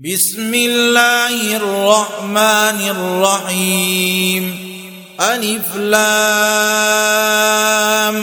بسم الله الرحمن الرحيم ألف لام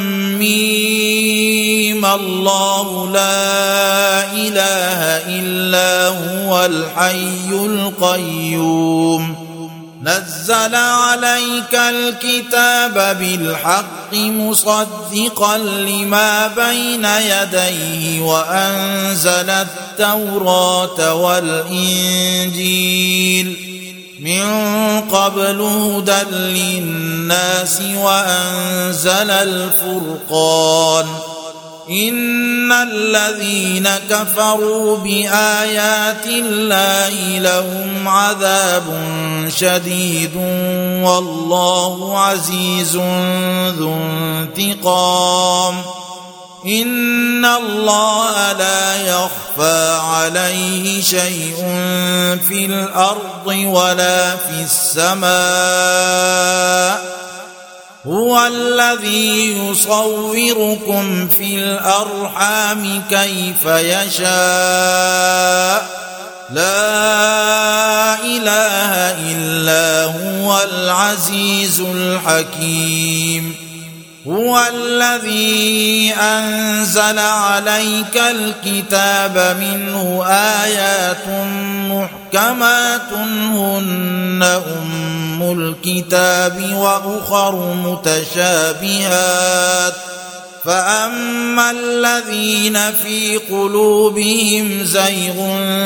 ميم الله لا إله إلا هو الحي القيوم نزل عليك الكتاب بالحق مصدقا لما بين يديه وأنزل التوراة والإنجيل من قبل هدى للناس وأنزل الفرقان إن الذين كفروا بآيات الله لهم عذاب شديد والله عزيز ذو انتقام إن الله لا يخفى عليه شيء في الأرض ولا في السماء هو الذي يصوركم في الأرحام كيف يشاء لا إله إلا هو العزيز الحكيم هو الذي أنزل عليك الكتاب منه آيات محكمات هن أم الكتاب وأخر متشابهات فأما الذين في قلوبهم زيغ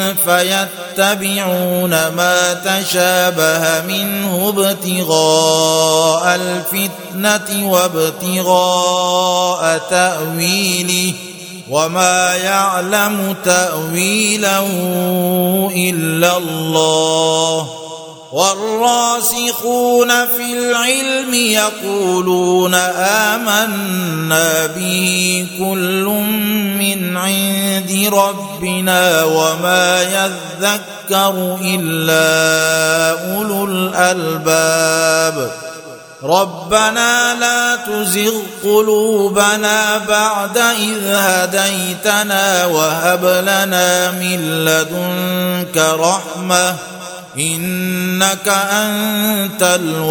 فيتبعون ما تشابه منه ابتغاء الفتنة وابتغاء تأويله وما يعلم تأويله إلا الله والراسخون في العلم يقولون آمنا به كل من عند ربنا وما يذكر إلا أولو الألباب ربنا لا تزغ قلوبنا بعد إذ هديتنا وهب لنا من لدنك رحمة إنك أنت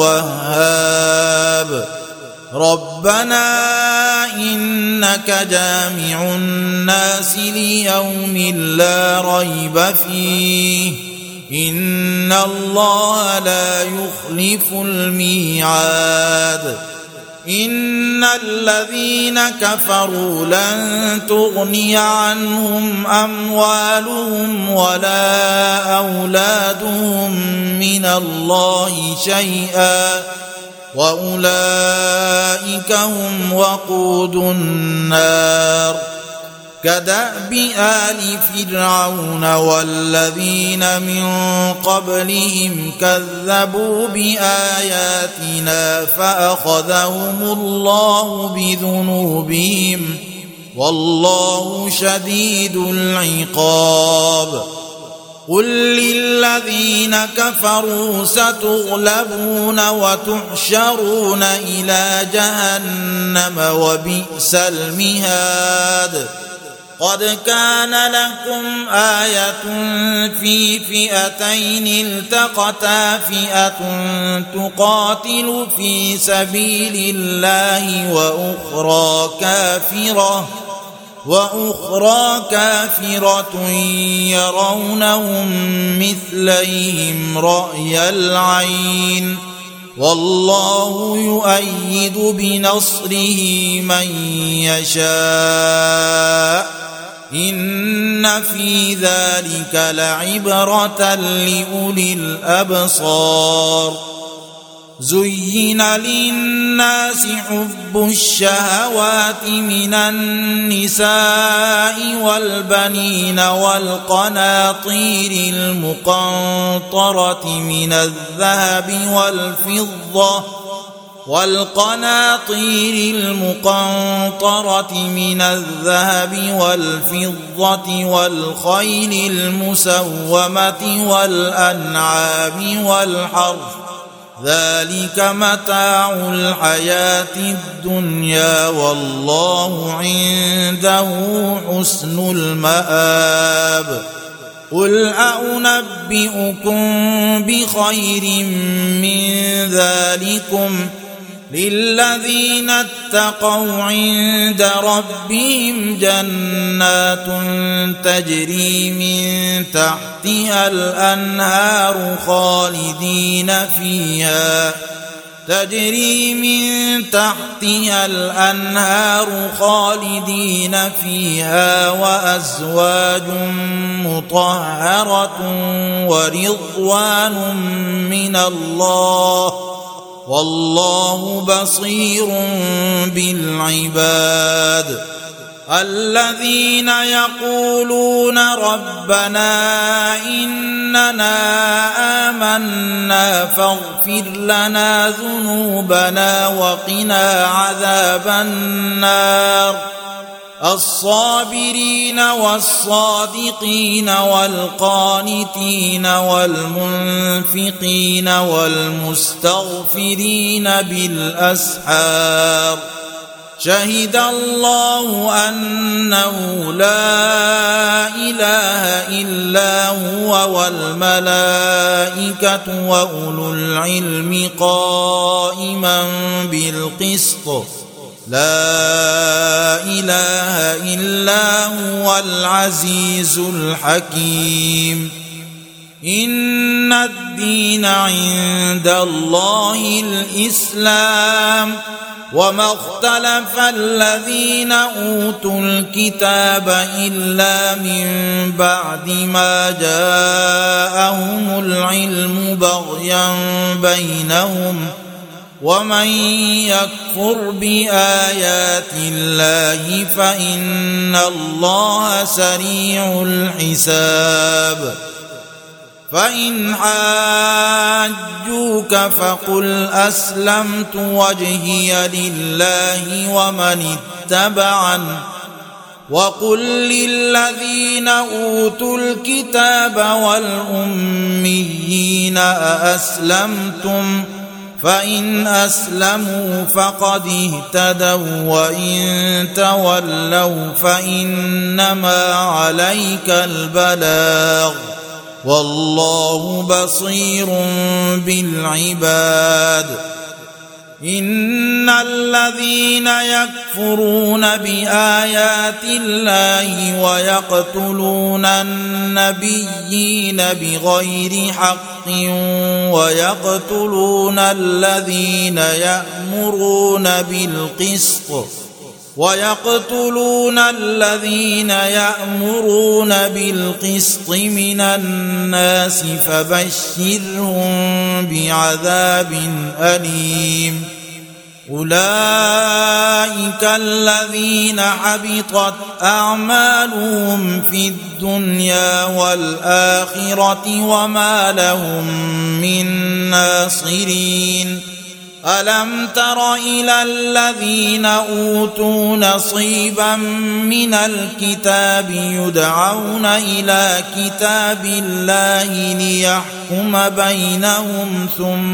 الوهاب ربنا إنك جامع الناس ليوم لا ريب فيه إن الله لا يخلف الميعاد إن الذين كفروا لن تغني عنهم أموالهم ولا أولادهم من الله شيئا وأولئك هم وقود النار كدأب آل فرعون والذين من قبلهم كذبوا بآياتنا فأخذهم الله بذنوبهم والله شديد العقاب قل للذين كفروا ستغلبون وتحشرون إلى جهنم وبئس المهاد قد كان لكم آية في فئتين التقتا فئة تقاتل في سبيل الله وأخرى كافرة يرونهم مثليهم رأي العين والله يؤيد بنصره من يشاء إن في ذلك لعبرة لأولي الأبصار زين للناس حب الشهوات من النساء والبنين والقناطير المقنطرة من الذهب والفضة والخيل المسومة والأنعام والحرث ذلك متاع الحياة الدنيا والله عنده حسن المآب قل أنبئكم بخير من ذلكم للذين اتقوا عند ربهم جنات تجري من تحتها الأنهار خالدين فيها وأزواج مطهرة ورضوان من الله والله بصير بالعباد الذين يقولون ربنا إننا آمنا فاغفر لنا ذنوبنا وقنا عذاب النار الصابرين والصادقين والقانتين والمنفقين والمستغفرين بالأسحار شهد الله أنه لا إله إلا هو والملائكة وأولو العلم قائما بالقسط لا إله إلا هو العزيز الحكيم إن الدين عند الله الإسلام وما اختلف الذين أوتوا الكتاب إلا من بعد ما جاءهم العلم بغيا بينهم ومن يكفر بآيات الله فإن الله سريع الحساب فإن حاجوك فقل أسلمت وجهي لله ومن اتبعن وقل للذين أوتوا الكتاب والأميين أأسلمتم فإن أسلموا فقد اهتدوا وإن تولوا فإنما عليك البلاغ والله بصير بالعباد إن الذين يكفرون بآيات الله ويقتلون النبيين بغير حق ويقتلون الذين يأمرون بالقسط من الناس فبشرهم بعذاب أليم أولئك الذين حبطت أعمالهم في الدنيا والآخرة وما لهم من ناصرين ألم تر إلى الذين أوتوا نصيبا من الكتاب يدعون إلى كتاب الله ليحكم بينهم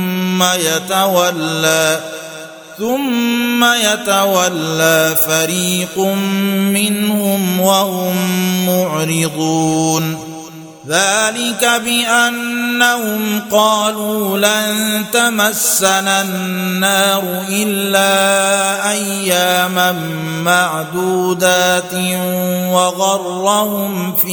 ثم يتولى فريق منهم وهم معرضون ذلك بأنهم قالوا لن تمسنا النار إلا أياما معدودات وغرهم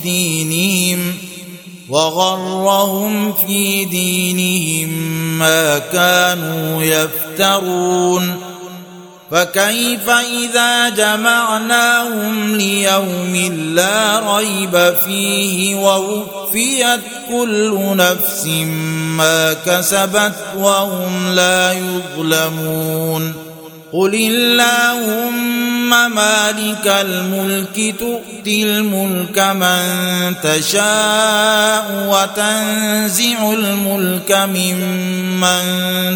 في دينهم ما كانوا يفترون فكيف إذا جمعناهم ليوم لا ريب فيه ووفيت كل نفس ما كسبت وهم لا يظلمون قل اللهم مالك الملك تؤتي الملك من تشاء وتنزع الملك ممن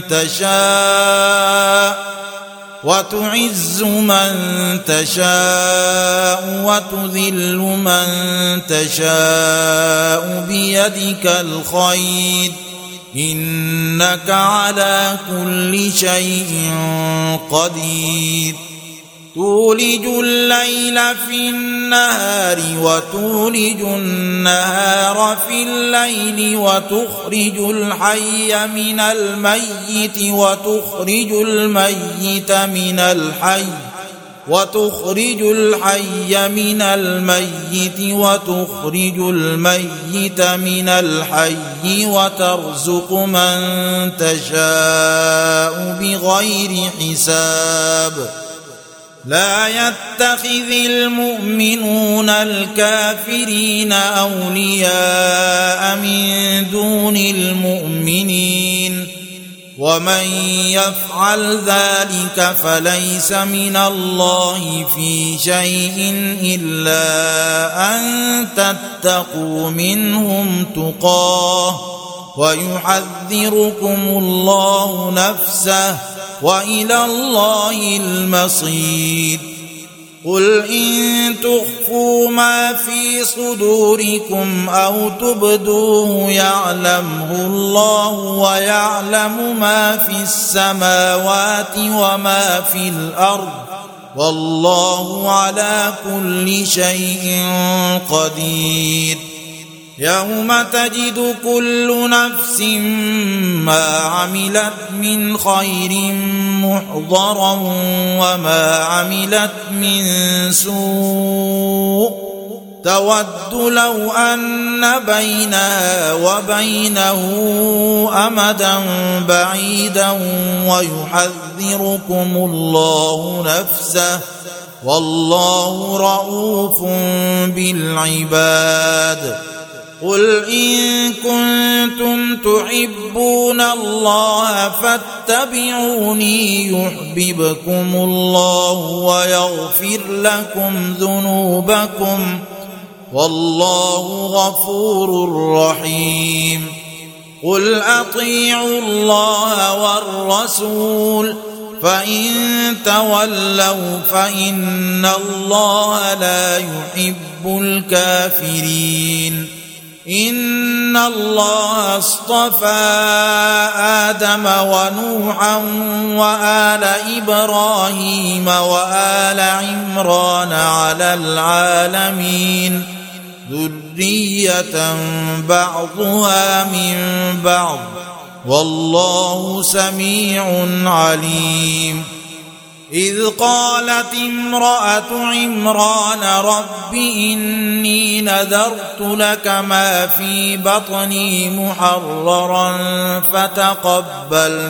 تشاء وتعز من تشاء وتذل من تشاء بيدك الخير إنك على كل شيء قدير تولج الليل في النهار وتولج النهار في الليل وتخرج الحي من الميت وتخرج الميت من الحي وتخرج الميت من الحي وترزق من تشاء بغير حساب لا يتخذ المؤمنون الكافرين أولياء من دون المؤمنين ومن يفعل ذلك فليس من الله في شيء إلا أن تتقوا منهم تقاه ويحذركم الله نفسه وإلى الله المصير قل إن تخفوا ما في صدوركم أو تبدوه يعلمه الله ويعلم ما في السماوات وما في الأرض والله على كل شيء قدير يوم تجد كل نفس ما عملت من خير محضرا وما عملت من سوء تود لو أن بينها وبينه أمدا بعيدا ويحذركم الله نفسه والله رؤوف بالعباد قل إن كنتم تحبون الله فاتبعوني يحببكم الله ويغفر لكم ذنوبكم والله غفور رحيم قل أطيعوا الله والرسول فإن تولوا فإن الله لا يحب الكافرين إن الله اصطفى آدم ونوحا وآل إبراهيم وآل عمران على العالمين ذرية بعضها من بعض والله سميع عليم إذ قالت امرأة عمران رب إني نذرت لك ما في بطني محررا فتقبل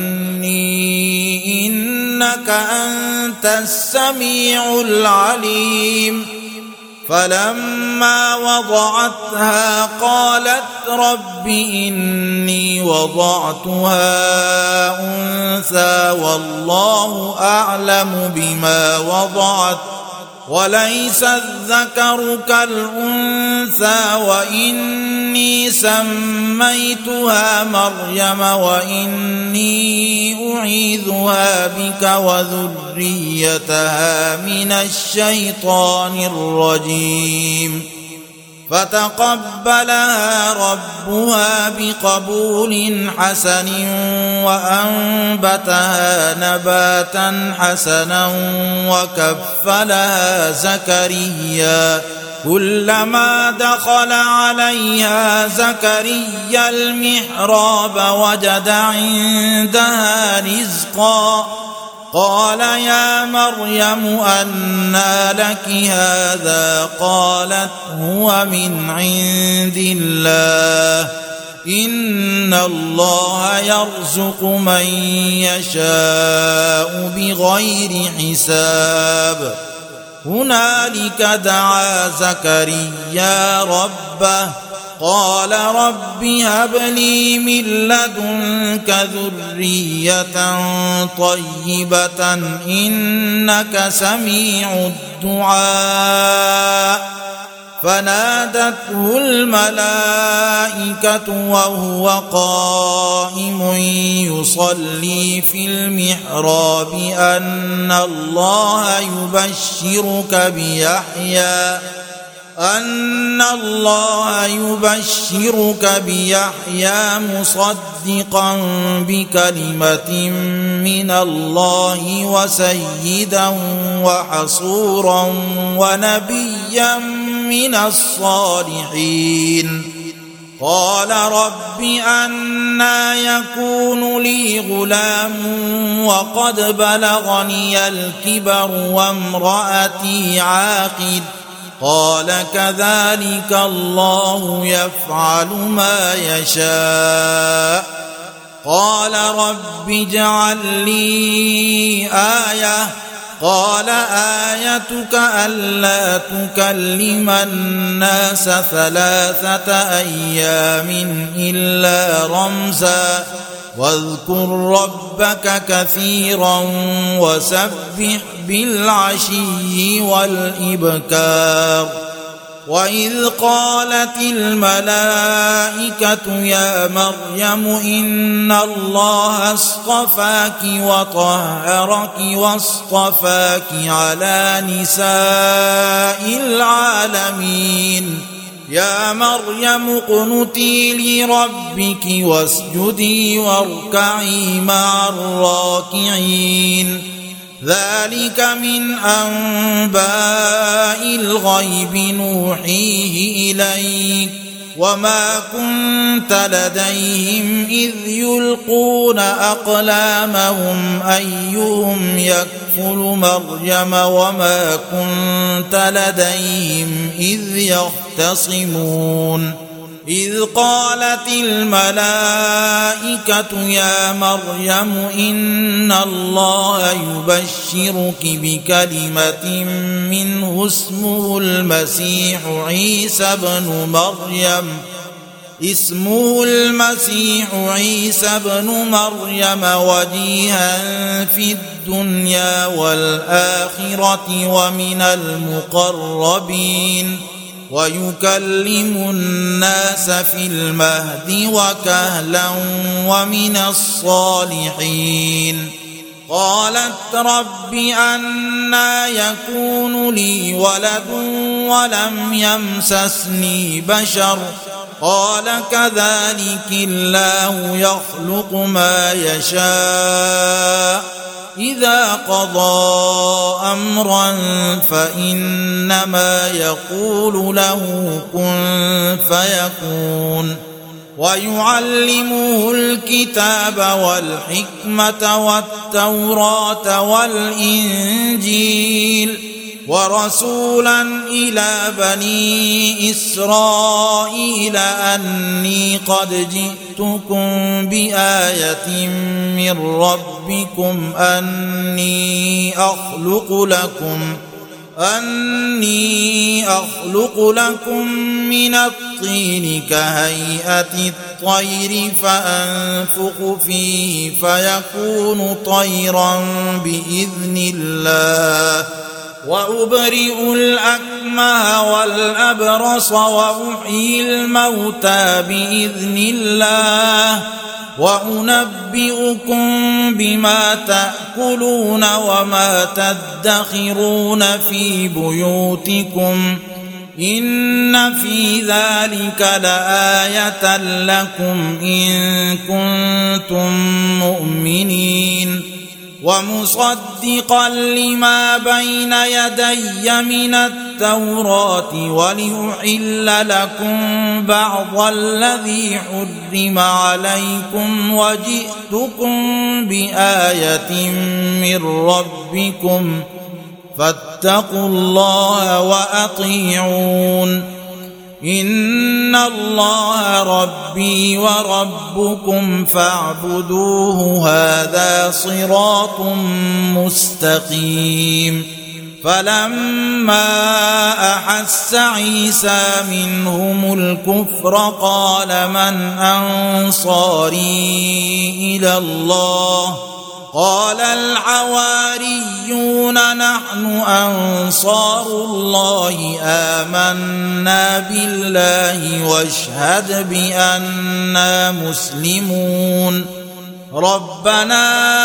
مني إنك أنت السميع العليم فلما وضعتها قالت رب إني وضعتها أنثى والله أعلم بما وضعت وليس الذكر كالأنثى وإني سميتها مريم وإني أعيذها بك وذريتها من الشيطان الرجيم فتقبلها ربها بقبول حسن وأنبتها نباتا حسنا وكفلها زكريا كلما دخل عليها زكريا المحراب وجد عندها رزقا قال يا مريم أنى لك هذا قالت هو من عند الله إن الله يرزق من يشاء بغير حساب هنالك دعا زكريا ربه قال رب هب لي من لدنك ذرية طيبة إنك سميع الدعاء فنادته الملائكة وهو قائم يصلي في المحراب أن الله يبشرك أن الله يبشرك بيحيى مصدقا بكلمة من الله وسيدا وحصورا ونبيا من الصالحين. قال رب أنى يكون لي غلام وقد بلغني الكبر وامرأتي عاقر. قال كذلك الله يفعل ما يشاء. قال رب اجعل لي آية. قال آيتك ألا تكلم الناس 3 أيام إلا رمزا واذكر ربك كثيرا وسبح بالعشي والإبكار. وإذ قالت الملائكة يا مريم إن الله اصطفاك وطهرك واصطفاك على نساء العالمين. يا مريم اقنتي لربك واسجدي واركعي مع الراكعين. ذلك من أنباء الغيب نوحيه إليك وما كنت لديهم إذ يلقون أقلامهم أيهم يكفل مريم وما كنت لديهم إذ يختصمون. إذ قالت الملائكة يا مريم إن الله يبشرك بكلمة منه اسمه المسيح عيسى بن مريم وجيها في الدنيا والآخرة ومن المقربين ويكلم الناس في المهد وكهلا ومن الصالحين. قالت رب أنى يكون لي ولد ولم يمسسني بشر. قال كذلك الله يخلق ما يشاء إذا قضى أمرا فإنما يقول له كن فيكون. ويعلمه الكتاب والحكمة والتوراة والإنجيل ورسولا إلى بني إسرائيل أني قد جئتكم بآية من ربكم أني أخلق لكم من الطين كهيئة الطير فأنفخ فيه فيكون طيرا بإذن الله وأبرئ الأكمه والأبرص وأحيي الموتى بإذن الله وأنبئكم بما تأكلون وما تدخرون في بيوتكم إن في ذلك لآية لكم إن كنتم مؤمنين. ومصدقا لما بين يدي من التوراة ولأحل لكم بعض الذي حرم عليكم وجئتكم بآية من ربكم فاتقوا الله وأطيعون. إن الله ربي وربكم فاعبدوه هذا صراط مستقيم. فلما أحس عيسى منهم الكفر قال من أنصاري إلى الله قال الحواريون نحن أنصار الله آمنا بالله واشهد بأننا مسلمون. ربنا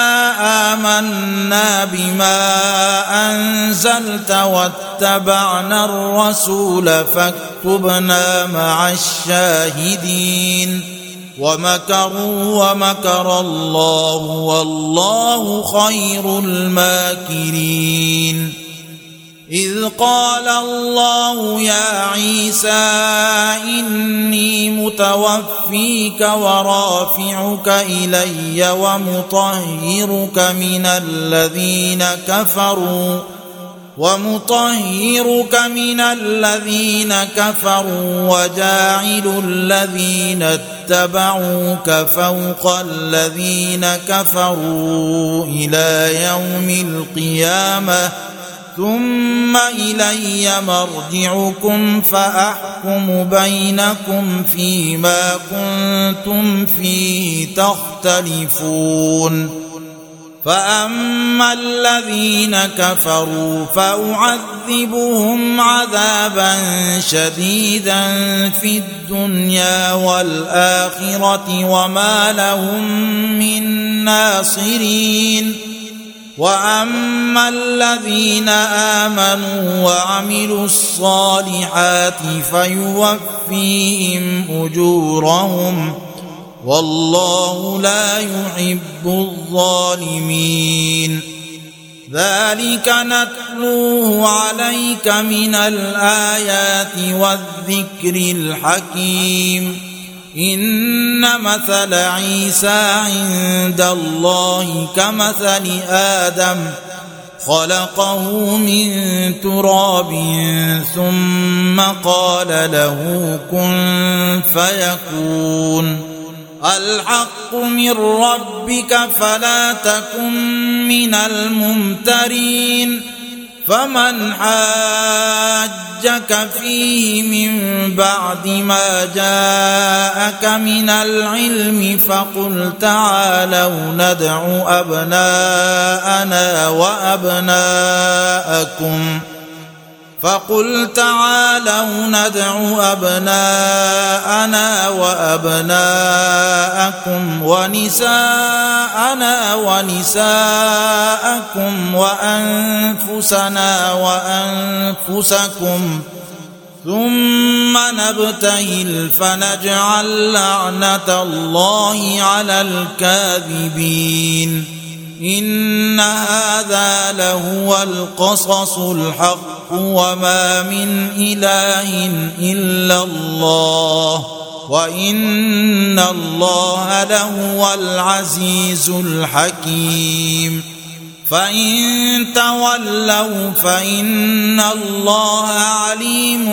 آمنا بما أنزلت واتبعنا الرسول فاكتبنا مع الشاهدين ومكروا ومكر الله والله خير الماكرين إذ قال الله يا عيسى إني متوفيك ورافعك إلي ومطهرك من الذين كفروا وجاعل الذين اتبعوك فوق الذين كفروا إلى يوم القيامة ثم إلي مرجعكم فأحكم بينكم فيما كنتم فيه تختلفون فأما الذين كفروا فأعذبهم عذابا شديدا في الدنيا والآخرة وما لهم من ناصرين وأما الذين آمنوا وعملوا الصالحات فيوفيهم أجورهم والله لا يحب الظالمين ذلك نتلوه عليك من الآيات والذكر الحكيم إن مثل عيسى عند الله كمثل آدم خلقه من تراب ثم قال له كن فيكون الحق من ربك فلا تكن من الممترين فمن حاجك فيه من بعد ما جاءك من العلم فقل تعالوا ندع أبناءنا وأبناءكم ونساءنا ونساءكم وأنفسنا وأنفسكم ثم نبتهل فنجعل لعنة الله على الكاذبين إن هذا لهو القصص الحق وما من إله إلا الله وإن الله لهو العزيز الحكيم فإن تولوا فإن الله عليم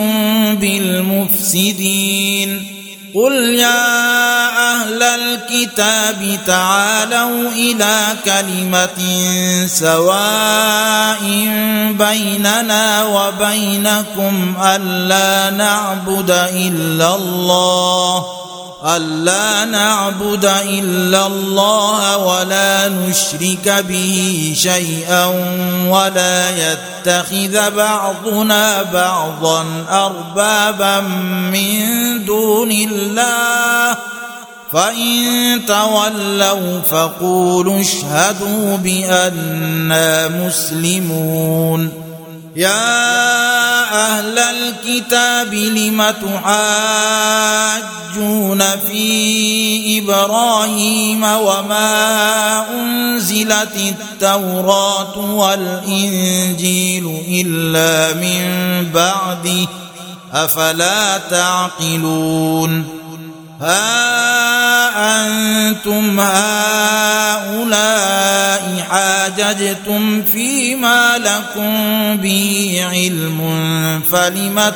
بالمفسدين قل يا أهل الكتاب تعالوا إلى كلمة سواء بيننا وبينكم ألا نعبد إلا الله ولا نشرك به شيئا ولا يتخذ بعضنا بعضا أربابا من دون الله فإن تولوا فقولوا اشهدوا بأننا مسلمون يا أهل الكتاب لم تحاجون في إبراهيم وما أنزلت التوراة والإنجيل إلا من بعده أفلا تعقلون ها أنتم هؤلاء حاججتم فيما لكم به علم فلم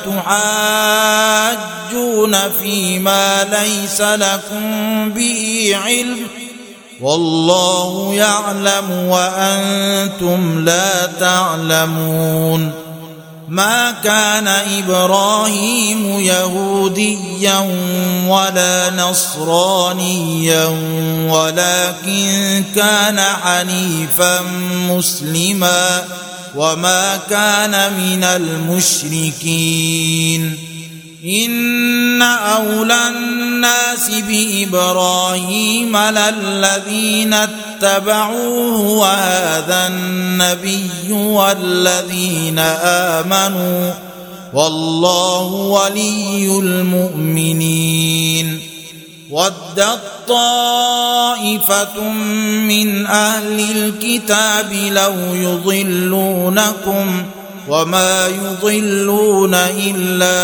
تحاجون فيما ليس لكم به علم والله يعلم وأنتم لا تعلمون ما كان إبراهيم يهوديا ولا نصرانيا ولكن كان حنيفا مسلما وما كان من المشركين إن أولى الناس بإبراهيم للذين اتبعوه وهذا النبي والذين آمنوا والله ولي المؤمنين. ودت طائفة من أهل الكتاب لو يضلونكم وما يضلون إلا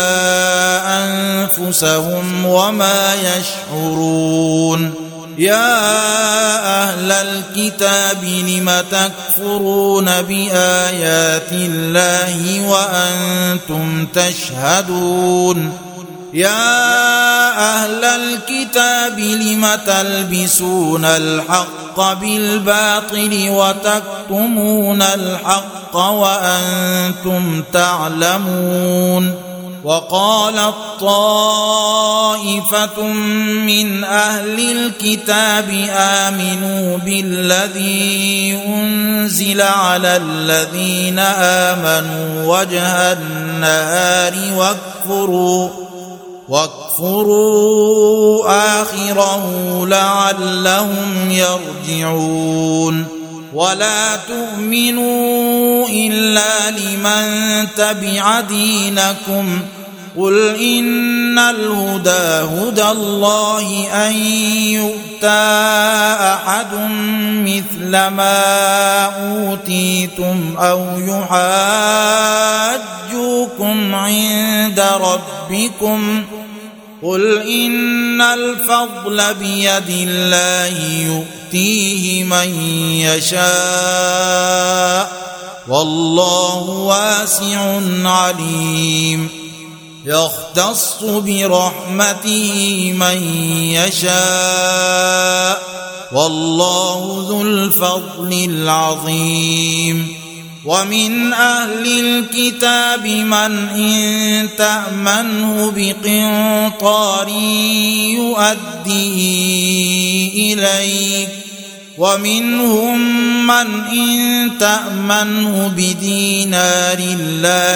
أنفسهم وما يشعرون. يا أهل الكتاب لم تكفرون بآيات الله وأنتم تشهدون. يا أهل الكتاب لم تلبسون الحق بالباطل وتكتمون الحق وأنتم تعلمون. وقالت طائفة من أهل الكتاب آمنوا بالذي أنزل على الذين آمنوا وجه النهار واكفروا آخره لعلهم يرجعون. ولا تؤمنوا إلا لمن تبع دينكم قل إن الهدى هدى الله أن يؤتى أحد مثل ما أوتيتم أو يحاجوكم عند ربكم قل إن الفضل بيد الله يؤتيه من يشاء والله واسع عليم. يختص برحمته من يشاء والله ذو الفضل العظيم. ومن أهل الكتاب من إن تأمنه بقنطار يؤديه إليك ومنهم من إن تأمنه بدينار لا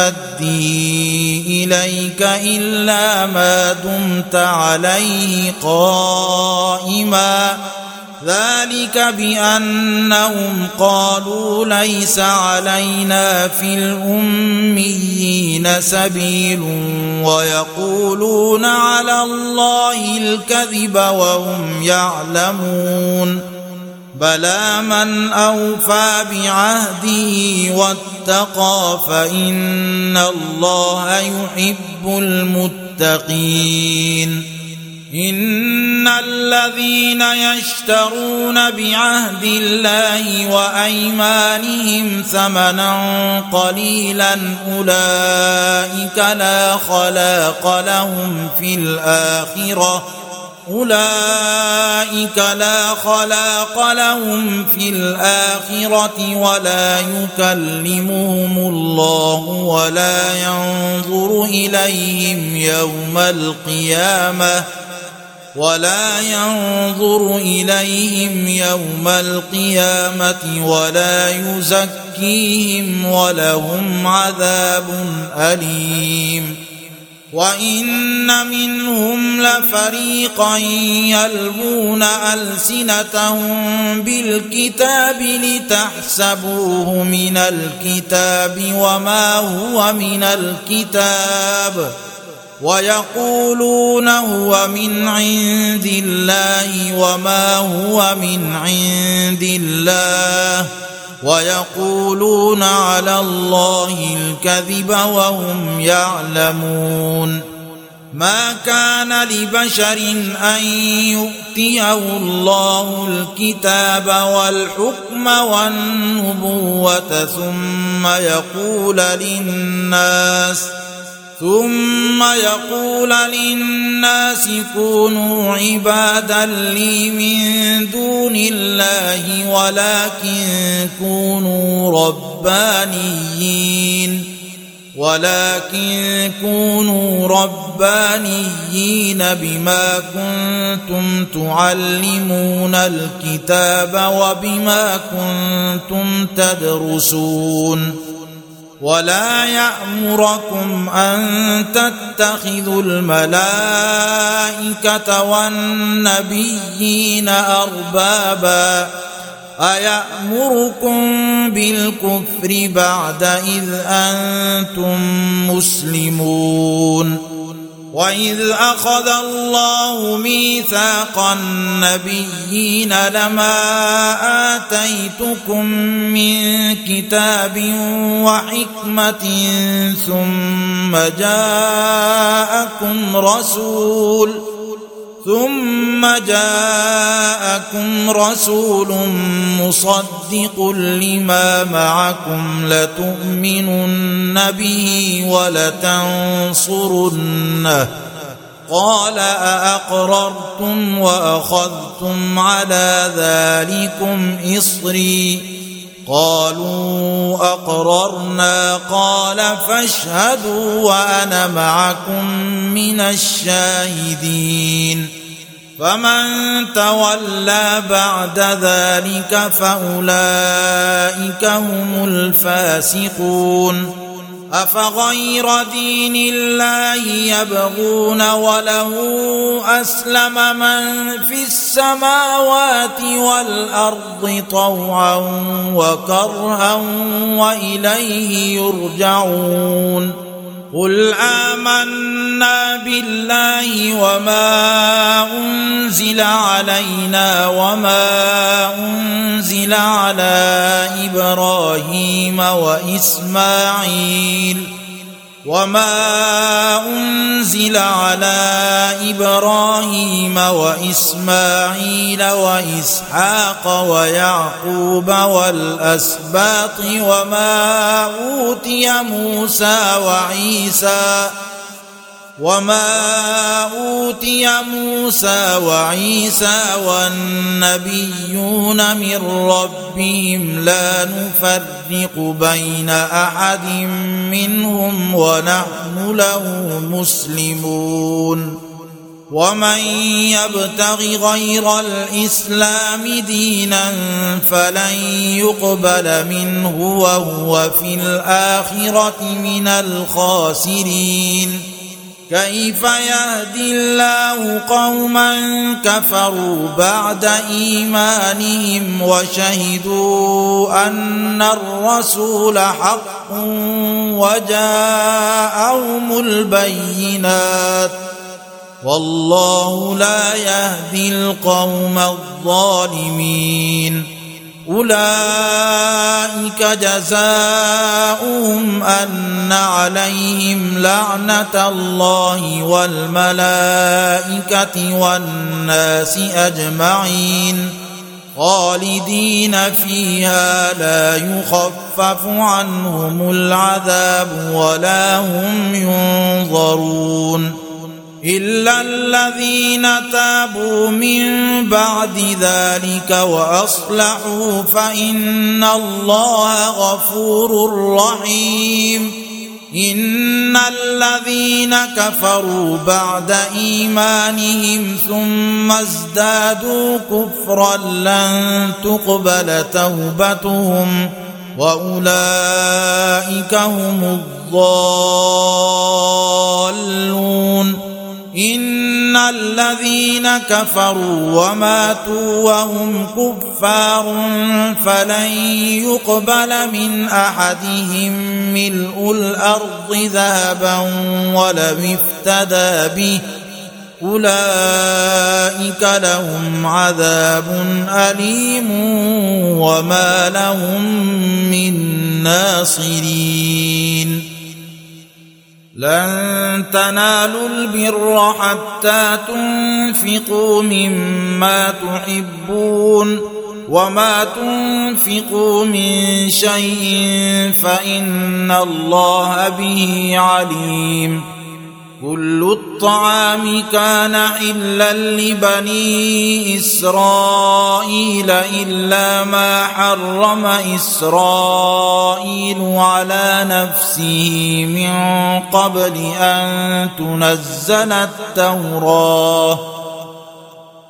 يؤديه إليك إلا ما دمت عليه قائما ذلك بأنهم قالوا ليس علينا في الأميين سبيل ويقولون على الله الكذب وهم يعلمون. بلى من أوفى بعهده واتقى فإن الله يحب المتقين. إن الذين يشترون بعهد الله وأيمانهم ثمنا قليلا أولئك لا خلاق لهم في الآخرة ولا يكلمهم الله ولا ينظر إليهم يوم القيامة ولا يزكيهم ولهم عذاب أليم. وإن منهم لفريقا يلوون ألسنتهم بالكتاب لتحسبوه من الكتاب وما هو من الكتاب ويقولون هو من عند الله وما هو من عند الله ويقولون على الله الكذب وهم يعلمون. ما كان لبشر أن يؤتيه الله الكتاب والحكم والنبوة ثم يقول للناس كونوا عبادا لي من دون الله ولكن كونوا ربانيين بما كنتم تعلمون الكتاب وبما كنتم تدرسون ولا يأمركم أن تتخذوا الملائكة والنبيين أربابا أيأمركم بالكفر بعد إذ أنتم مسلمون وإذ أخذ الله ميثاق النبيين لما آتيتكم من كتاب وحكمة ثم جاءكم رسول مصدق لما معكم لتؤمنن به ولتنصرنه قال أأقررتم وأخذتم على ذلكم إصري قالوا أقررنا قال فاشهدوا وأنا معكم من الشاهدين فمن تولى بعد ذلك فأولئك هم الفاسقون أفغير دين الله يبغون وله أسلم من في السماوات والأرض طوعا وكرها وإليه يرجعون قل آمنا بالله وما أنزل علينا وما أنزل على إبراهيم وإسماعيل وإسحاق ويعقوب والأسباط وما أوتي موسى وعيسى والنبيون من ربهم لا نفرق بين أحد منهم ونحن له مسلمون ومن يبتغ غير الإسلام دينا فلن يقبل منه وهو في الآخرة من الخاسرين كيف يهدي الله قوما كفروا بعد إيمانهم وشهدوا أن الرسول حق وجاءهم البينات والله لا يهدي القوم الظالمين أولئك جزاؤهم أن عليهم لعنة الله والملائكة والناس أجمعين خالدين فيها لا يخفف عنهم العذاب ولا هم ينظرون إلا الذين تابوا من بعد ذلك وأصلحوا فإن الله غفور رحيم إن الذين كفروا بعد إيمانهم ثم ازدادوا كفرا لن تقبل توبتهم وأولئك هم الضالون إن الذين كفروا وماتوا وهم كفار فلن يقبل من أحدهم ملء الأرض ذهبا ولو افتدى به أولئك لهم عذاب أليم وما لهم من ناصرين لن تنالوا البر حتى تنفقوا مما تحبون وما تنفقوا من شيء فإن الله به عليم كل الطعام كان حلا لبني إسرائيل إلا ما حرم إسرائيل على نفسه من قبل أن تنزل التوراة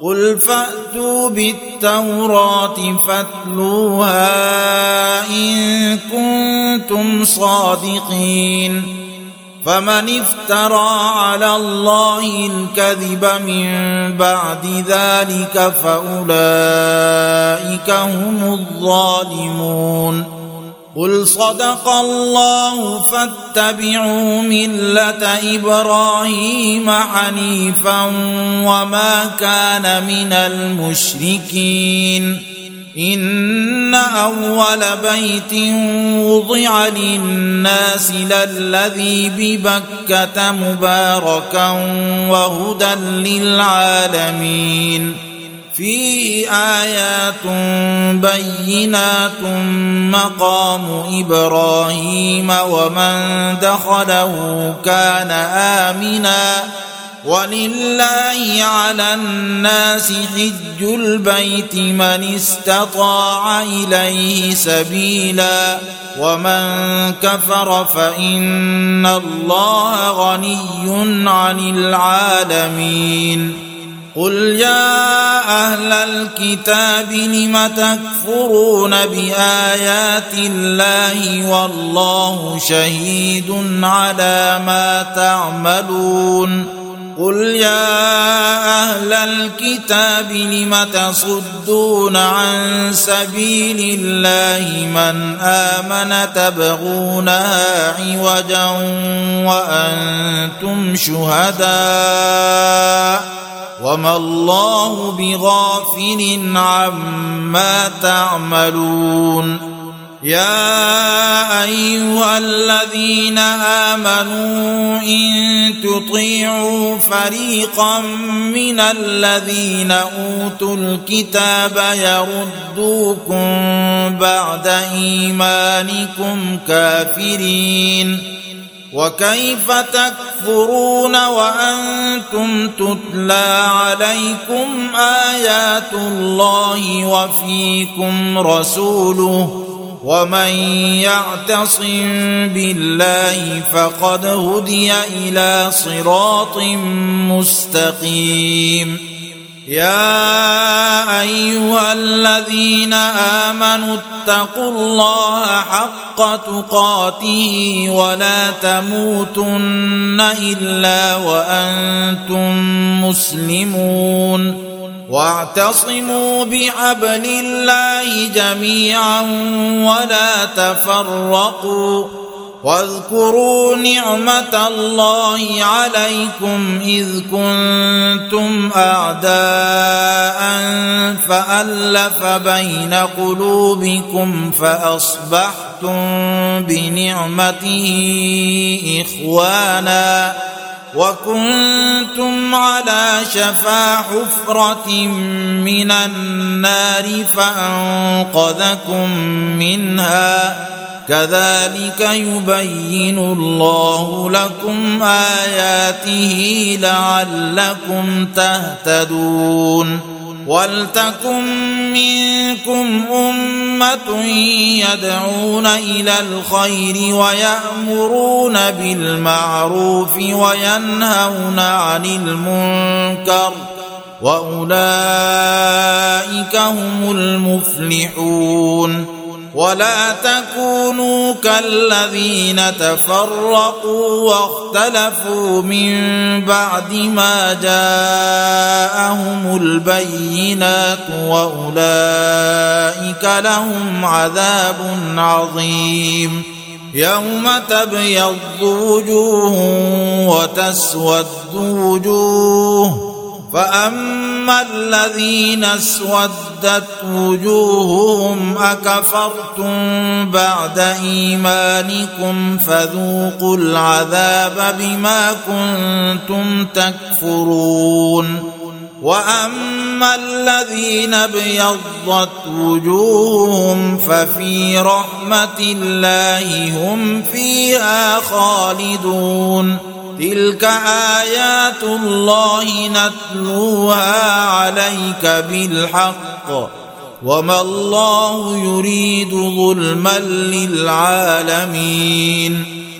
قل فأتوا بالتوراة فاتلوها إن كنتم صادقين فمن افترى على الله الكذب من بعد ذلك فأولئك هم الظالمون قل صدق الله فاتبعوا ملة إبراهيم حنيفا وما كان من المشركين إن أول بيت وضع للناس للذي ببكة مباركا وهدى للعالمين فيه آيات بينات مقام إبراهيم ومن دخله كان آمنا ولله على الناس حج البيت من استطاع إليه سبيلا ومن كفر فإن الله غني عن العالمين قل يا أهل الكتاب لم تكفرون بآيات الله والله شهيد على ما تعملون قل يا أهل الكتاب لم تصدون عن سبيل الله من آمن تبغونها عوجا وأنتم شهداء وما الله بغافل عما تعملون يا أيها الذين آمنوا إن تطيعوا فريقا من الذين أوتوا الكتاب يردوكم بعد إيمانكم كافرين وكيف تكفرون وأنتم تتلى عليكم آيات الله وفيكم رسوله ومن يعتصم بالله فقد هدي إلى صراط مستقيم يا أيها الذين آمنوا اتقوا الله حق تقاته ولا تموتن إلا وأنتم مسلمون واعتصموا بحبل الله جميعا ولا تفرقوا واذكروا نعمة الله عليكم إذ كنتم أعداء فألف بين قلوبكم فأصبحتم بنعمته إخوانا وكنتم على شفا حفرة من النار فأنقذكم منها كذلك يبين الله لكم آياته لعلكم تهتدون ولتكن منكم أمة يدعون إلى الخير ويأمرون بالمعروف وينهون عن المنكر وأولئك هم المفلحون ولا تكونوا كالذين تفرقوا واختلفوا من بعد ما جاءهم البينات وأولئك لهم عذاب عظيم يوم تبيض وجوه وتسود وجوه فأما الذين اسودت وجوههم أكفرتم بعد إيمانكم فذوقوا العذاب بما كنتم تكفرون وأما الذين ابيضت وجوههم ففي رحمة الله هم فيها خالدون تلك آيات الله نتلوها عليك بالحق وما الله يريد ظلما للعالمين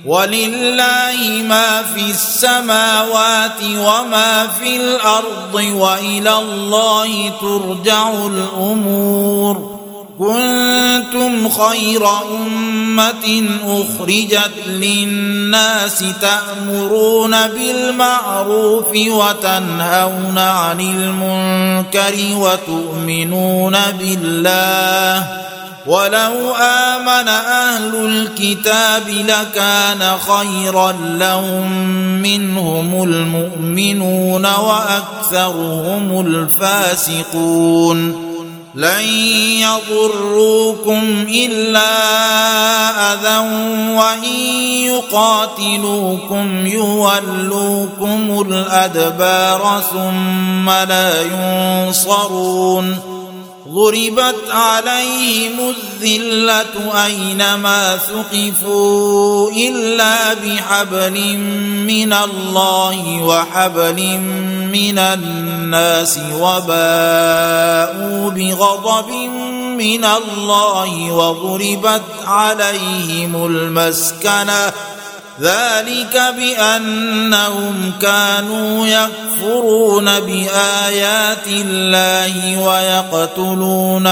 ولله ما في السماوات وما في الأرض وإلى الله ترجع الأمور. كنتم خير أمة أخرجت للناس تأمرون بالمعروف وتنهون عن المنكر وتؤمنون بالله. ولو آمن أهل الكتاب لكان خيرا لهم منهم المؤمنون وأكثرهم الفاسقون. لن يضروكم إلا أذى وإن يقاتلوكم يولوكم الأدبار ثم لا ينصرون. ضربت عليهم الذلة أينما ثقفوا إلا بحبل من الله وحبل من الناس وباءوا بغضب من الله وضربت عليهم المسكنة ذلك بأنهم كانوا يكفرون بآيات الله ويقتلون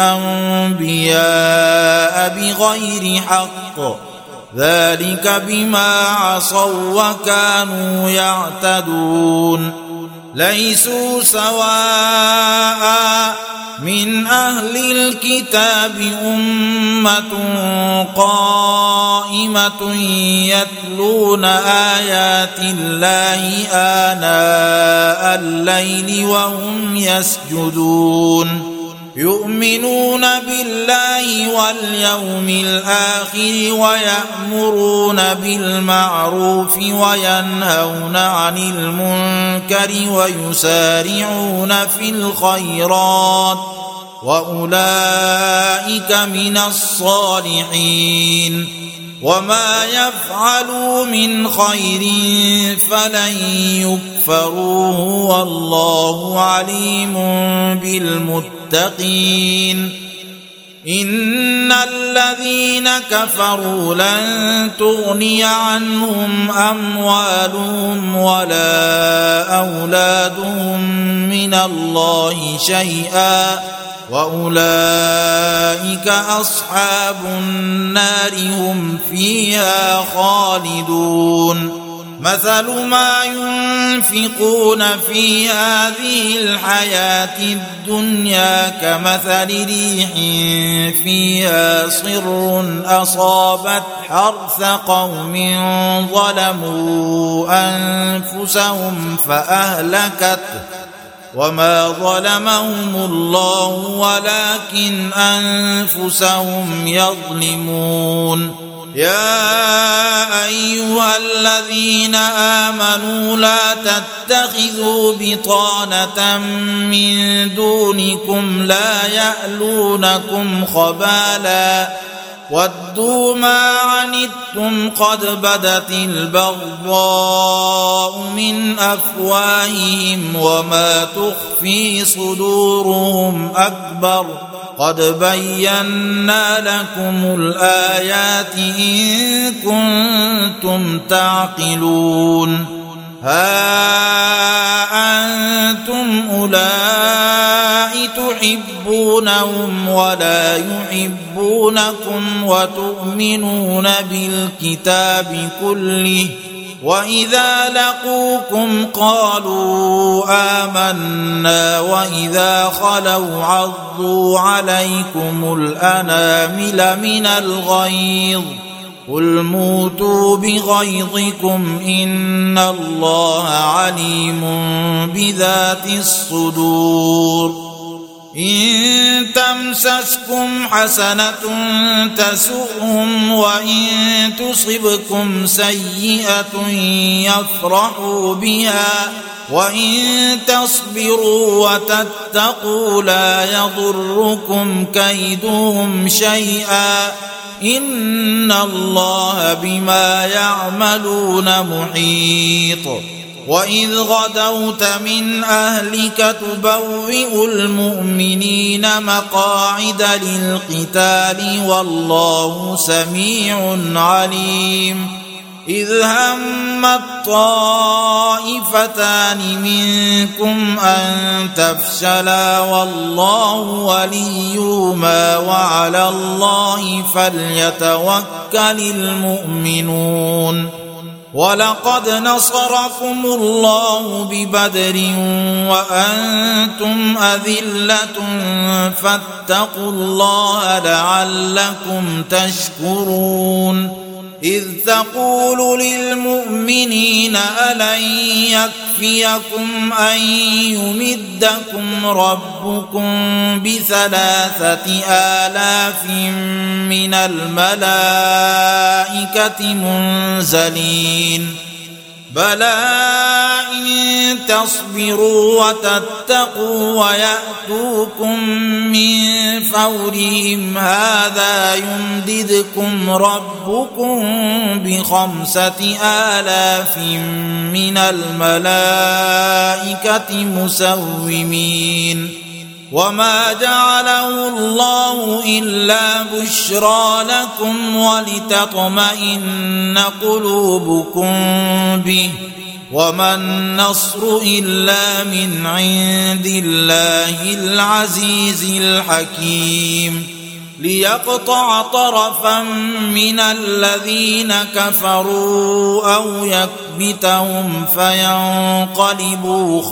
الأنبياء بغير حق ذلك بما عصوا وكانوا يعتدون. ليسوا سواء من أهل الكتاب أمة قائمة يتلون آيات الله آناء الليل وهم يسجدون. يؤمنون بالله واليوم الآخر ويأمرون بالمعروف وينهون عن المنكر ويسارعون في الخيرات وأولئك من الصالحين. وما يفعلوا من خير فلن يكفروه والله عليم بالمتقين. إن الذين كفروا لن تغني عنهم أموالهم ولا أولادهم من الله شيئا وأولئك أصحاب النار هم فيها خالدون. مثل ما ينفقون في هذه الحياة الدنيا كمثل ريح فيها صر أصابت حرث قوم ظلموا أنفسهم فأهلكته وما ظلمهم الله ولكن أنفسهم يظلمون. يا أيها الذين آمنوا لا تتخذوا بطانة من دونكم لا يألونكم خبالا ودوا ما عنتم قد بدت البغضاء من أفواههم وما تخفي صدورهم أكبر قد بينا لكم الآيات إن كنتم تعقلون. ها أنتم أولئك تحبونهم ولا يحبونكم وتؤمنون بالكتاب كله وإذا لقوكم قالوا آمنا وإذا خلوا عضوا عليكم الأنامل من الغيظ قل موتوا بغيظكم إن الله عليم بذات الصدور. إن تمسسكم حسنة تسؤهم وإن تصبكم سيئة يفرحوا بها وإن تصبروا وتتقوا لا يضركم كيدهم شيئا إن الله بما يعملون محيط. وإذ غدوت من أهلك تبوئ المؤمنين مقاعد للقتال والله سميع عليم. إذ همت طائفتان منكم أن تفشلا والله وليهما وعلى الله فليتوكل المؤمنون ولقد نصركم الله ببدر وأنتم أذلة فاتقوا الله لعلكم تشكرون إذ تقول للمؤمنين ألن يكفيكم أن يمدكم ربكم ب3,000 من الملائكة منزلين بلى إن تصبروا وتتقوا ويأتوكم من فورهم هذا يمددكم ربكم ب5,000 من الملائكة مسومين وما جعله الله إلا بشرى لكم ولتطمئن قلوبكم به وما النصر إلا من عند الله العزيز الحكيم ليقطع طرفا من الذين كفروا أو يكبتهم فينقلبوا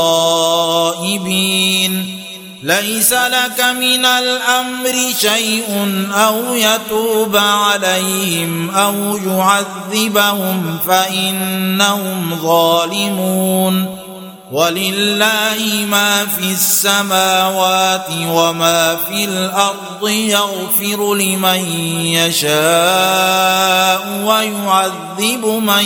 خائبين ليس لك من الأمر شيء أو يتوب عليهم أو يعذبهم فإنهم ظالمون ولله ما في السماوات وما في الأرض يغفر لمن يشاء ويعذب من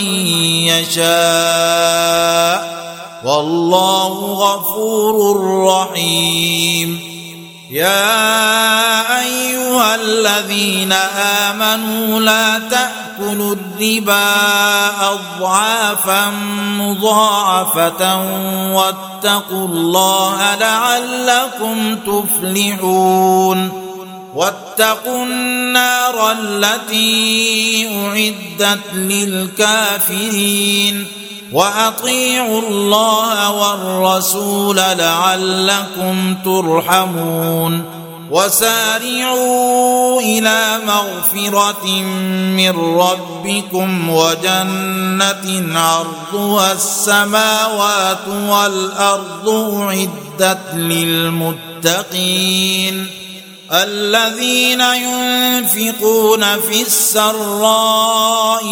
يشاء والله غفور رحيم يا أيها الذين آمنوا لا تأكلوا الربا أضعافا مضاعفة واتقوا الله لعلكم تفلحون واتقوا النار التي أعدت للكافرين وأطيعوا الله والرسول لعلكم ترحمون وسارعوا إلى مغفرة من ربكم وجنة عرضها السماوات والأرض أعدت للمتقين الذين ينفقون في السراء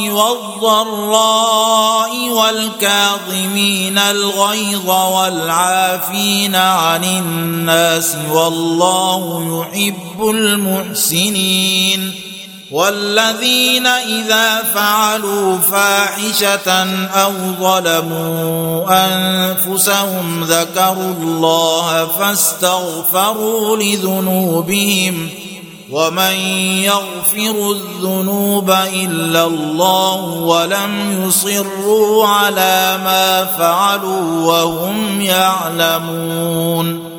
والضراء والكاظمين الغيظ والعافين عن الناس والله يحب المحسنين والذين إذا فعلوا فاحشة أو ظلموا أنفسهم ذكروا الله فاستغفروا لذنوبهم ومن يغفر الذنوب إلا الله ولم يصروا على ما فعلوا وهم يعلمون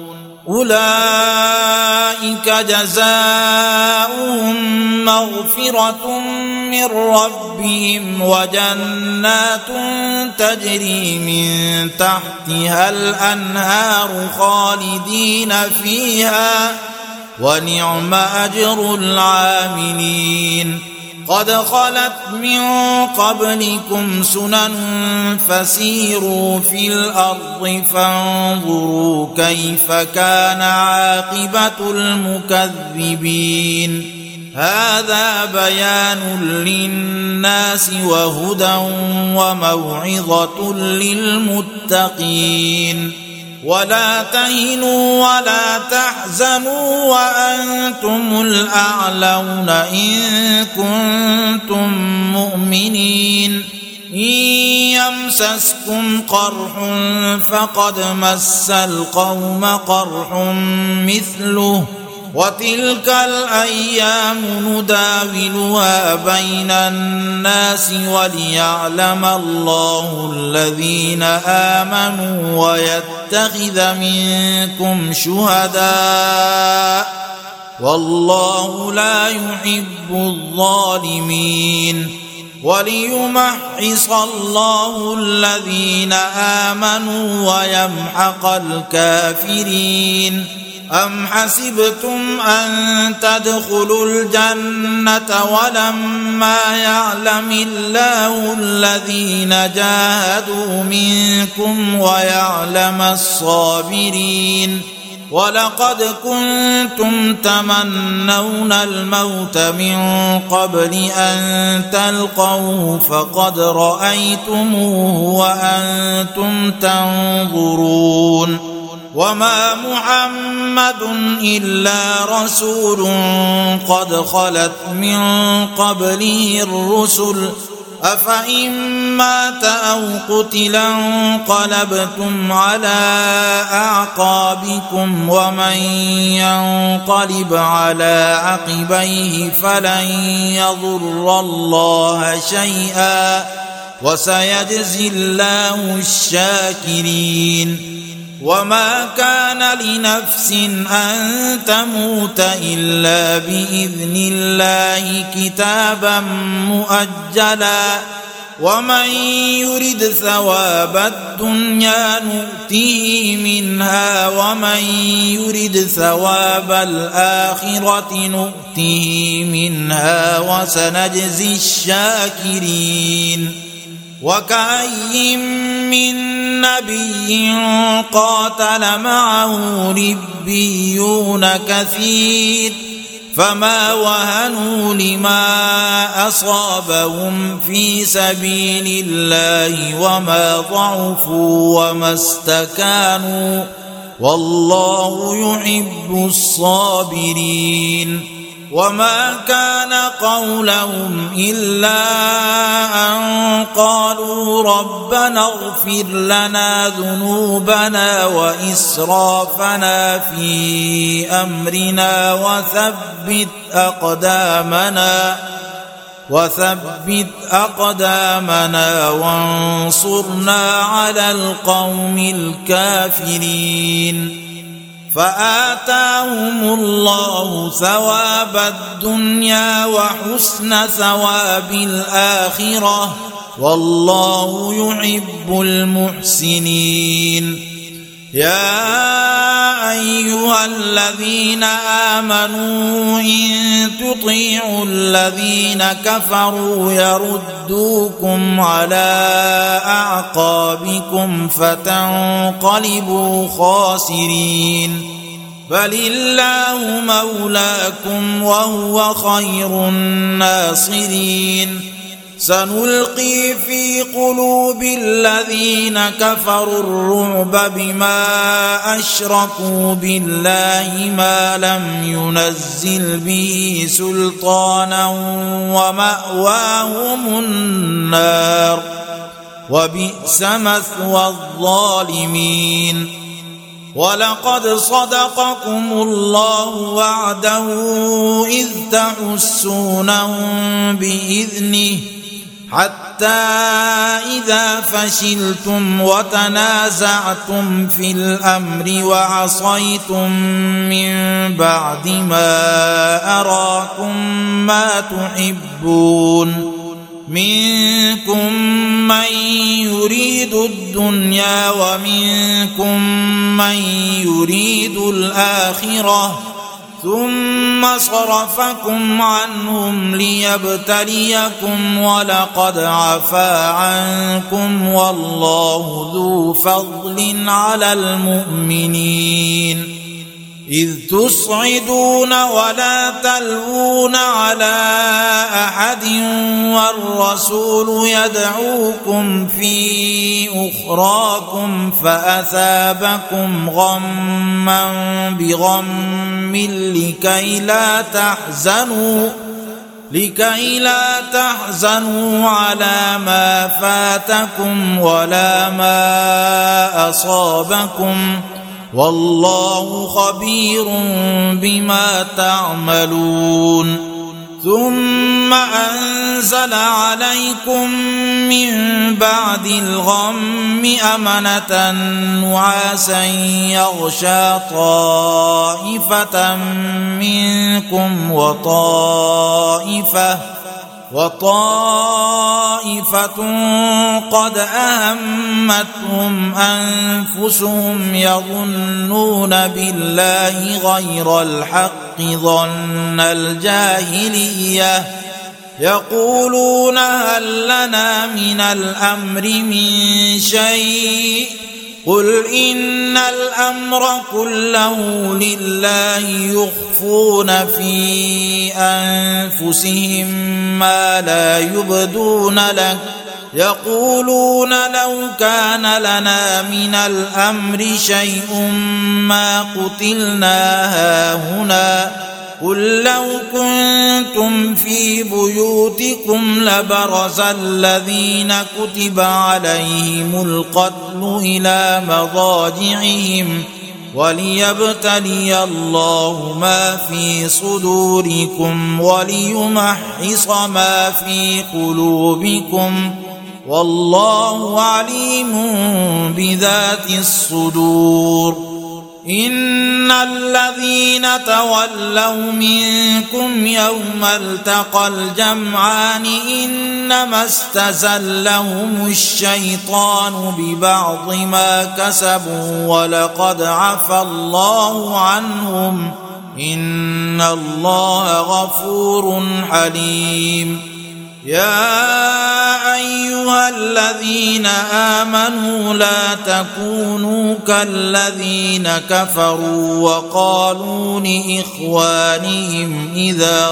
أولئك جزاؤهم مغفرة من ربهم وجنات تجري من تحتها الأنهار خالدين فيها ونعم أجر العاملين قد خلت من قبلكم سنن فسيروا في الأرض فانظروا كيف كان عاقبة المكذبين هذا بيان للناس وهدى وموعظة للمتقين ولا تهنوا ولا تحزنوا وأنتم الأعلون إن كنتم مؤمنين إن يمسسكم قرح فقد مس القوم قرح مثله وتلك الأيام نداولها بين الناس وليعلم الله الذين آمنوا ويتخذ منكم شهداء والله لا يحب الظالمين وليمحص الله الذين آمنوا ويمحق الكافرين. أم حسبتم أن تدخلوا الجنة ولما يعلم الله الذين جاهدوا منكم ويعلم الصابرين؟ ولقد كنتم تمنون الموت من قبل أن تلقوه فقد رأيتموه وأنتم تنظرون. وما محمد إلا رسول قد خلت من قبله الرسل أفإن مات أو قتلا انقلبتم على أعقابكم ومن ينقلب على عقبيه فلن يضر الله شيئا وسيجزي الله الشاكرين. وما كان لنفس أن تموت إلا بإذن الله كتابا مؤجلا ومن يرد ثواب الدنيا نؤته منها ومن يرد ثواب الآخرة نؤته منها وسنجزي الشاكرين. وكأي من نبي قاتل معه ربيون كثير فما وهنوا لما أصابهم في سبيل الله وما ضعفوا وما استكانوا والله يحب الصابرين. وما كان قولهم إلا أن قالوا ربنا اغفر لنا ذنوبنا وإسرافنا في أمرنا وثبت أقدامنا وانصرنا على القوم الكافرين. فآتاهم الله ثواب الدنيا وحسن ثواب الآخرة والله يحب المحسنين. يا أيها الذين آمنوا إن تطيعوا الذين كفروا يردوكم على أعقابكم فتنقلبوا خاسرين. بل الله مولاكم وهو خير الناصرين. سنلقي في قلوب الذين كفروا الرعب بما أشركوا بالله ما لم ينزل به سلطانا ومأواهم النار وبئس مثوى الظالمين. ولقد صدقكم الله وعده إذ تحسونهم بإذنه حتى إذا فشلتم وتنازعتم في الأمر وعصيتم من بعد ما أراكم ما تحبون منكم من يريد الدنيا ومنكم من يريد الآخرة ثم صرفكم عنهم ليبتليكم ولقد عفا عنكم والله ذو فضل على المؤمنين. إذ تصعدون ولا تلوون على أحد والرسول يدعوكم في أخراكم فأثابكم غما بغم لكي لا تحزنوا على ما فاتكم ولا ما أصابكم والله خبير بما تعملون. ثم أنزل عليكم من بعد الغم أمنة نعاسا يغشى طائفة منكم وطائفة قد أهمتهم أنفسهم يظنون بالله غير الحق ظن الجاهلية يقولون هل لنا من الأمر من شيء قل إن الأمر كله لله يخفون في أنفسهم ما لا يبدون لك يقولون لو كان لنا من الأمر شيء ما قتلنا هاهنا قل لو كنتم في بيوتكم لبرز الذين كتب عليهم القتل إلى مضاجعهم وليبتلي الله ما في صدوركم وليمحص ما في قلوبكم والله عليم بذات الصدور إن الذين تولوا منكم يوم التقى الجمعان إنما استزلهم الشيطان ببعض ما كسبوا ولقد عفى الله عنهم إن الله غفور حليم يا أيها الذين آمنوا لا تكونوا كالذين كفروا وقالوا لإخوانهم إذا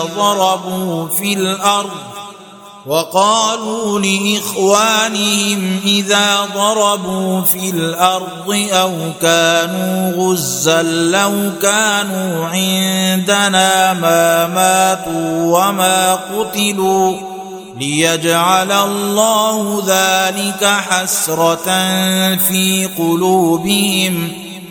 ضربوا في الأرض أو كانوا غزا لو كانوا عندنا ما ماتوا وما قتلوا ليجعل الله ذلك حسرة في قلوبهم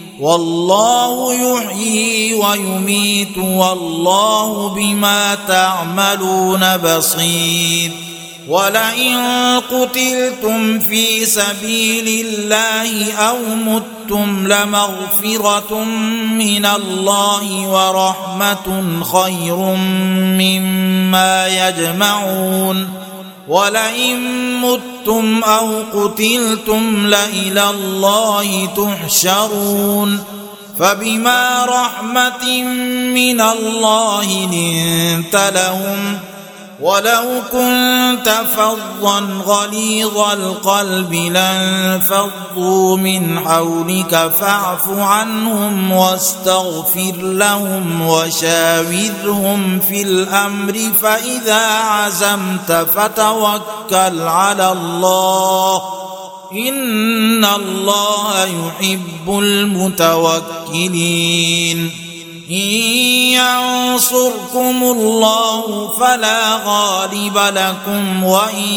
والله يحيي ويميت والله بما تعملون بصير ولئن قتلتم في سبيل الله أو متم لمغفرة من الله ورحمة خير مما يجمعون ولئن متم أو قتلتم لإلى الله تحشرون فبما رحمة من الله لنت لهم ولو كنت فظا غليظ القلب لانفضوا من حولك فاعف عنهم واستغفر لهم وشاورهم في الأمر فإذا عزمت فتوكل على الله إن الله يحب المتوكلين إن ينصركم الله فلا غالب لكم وإن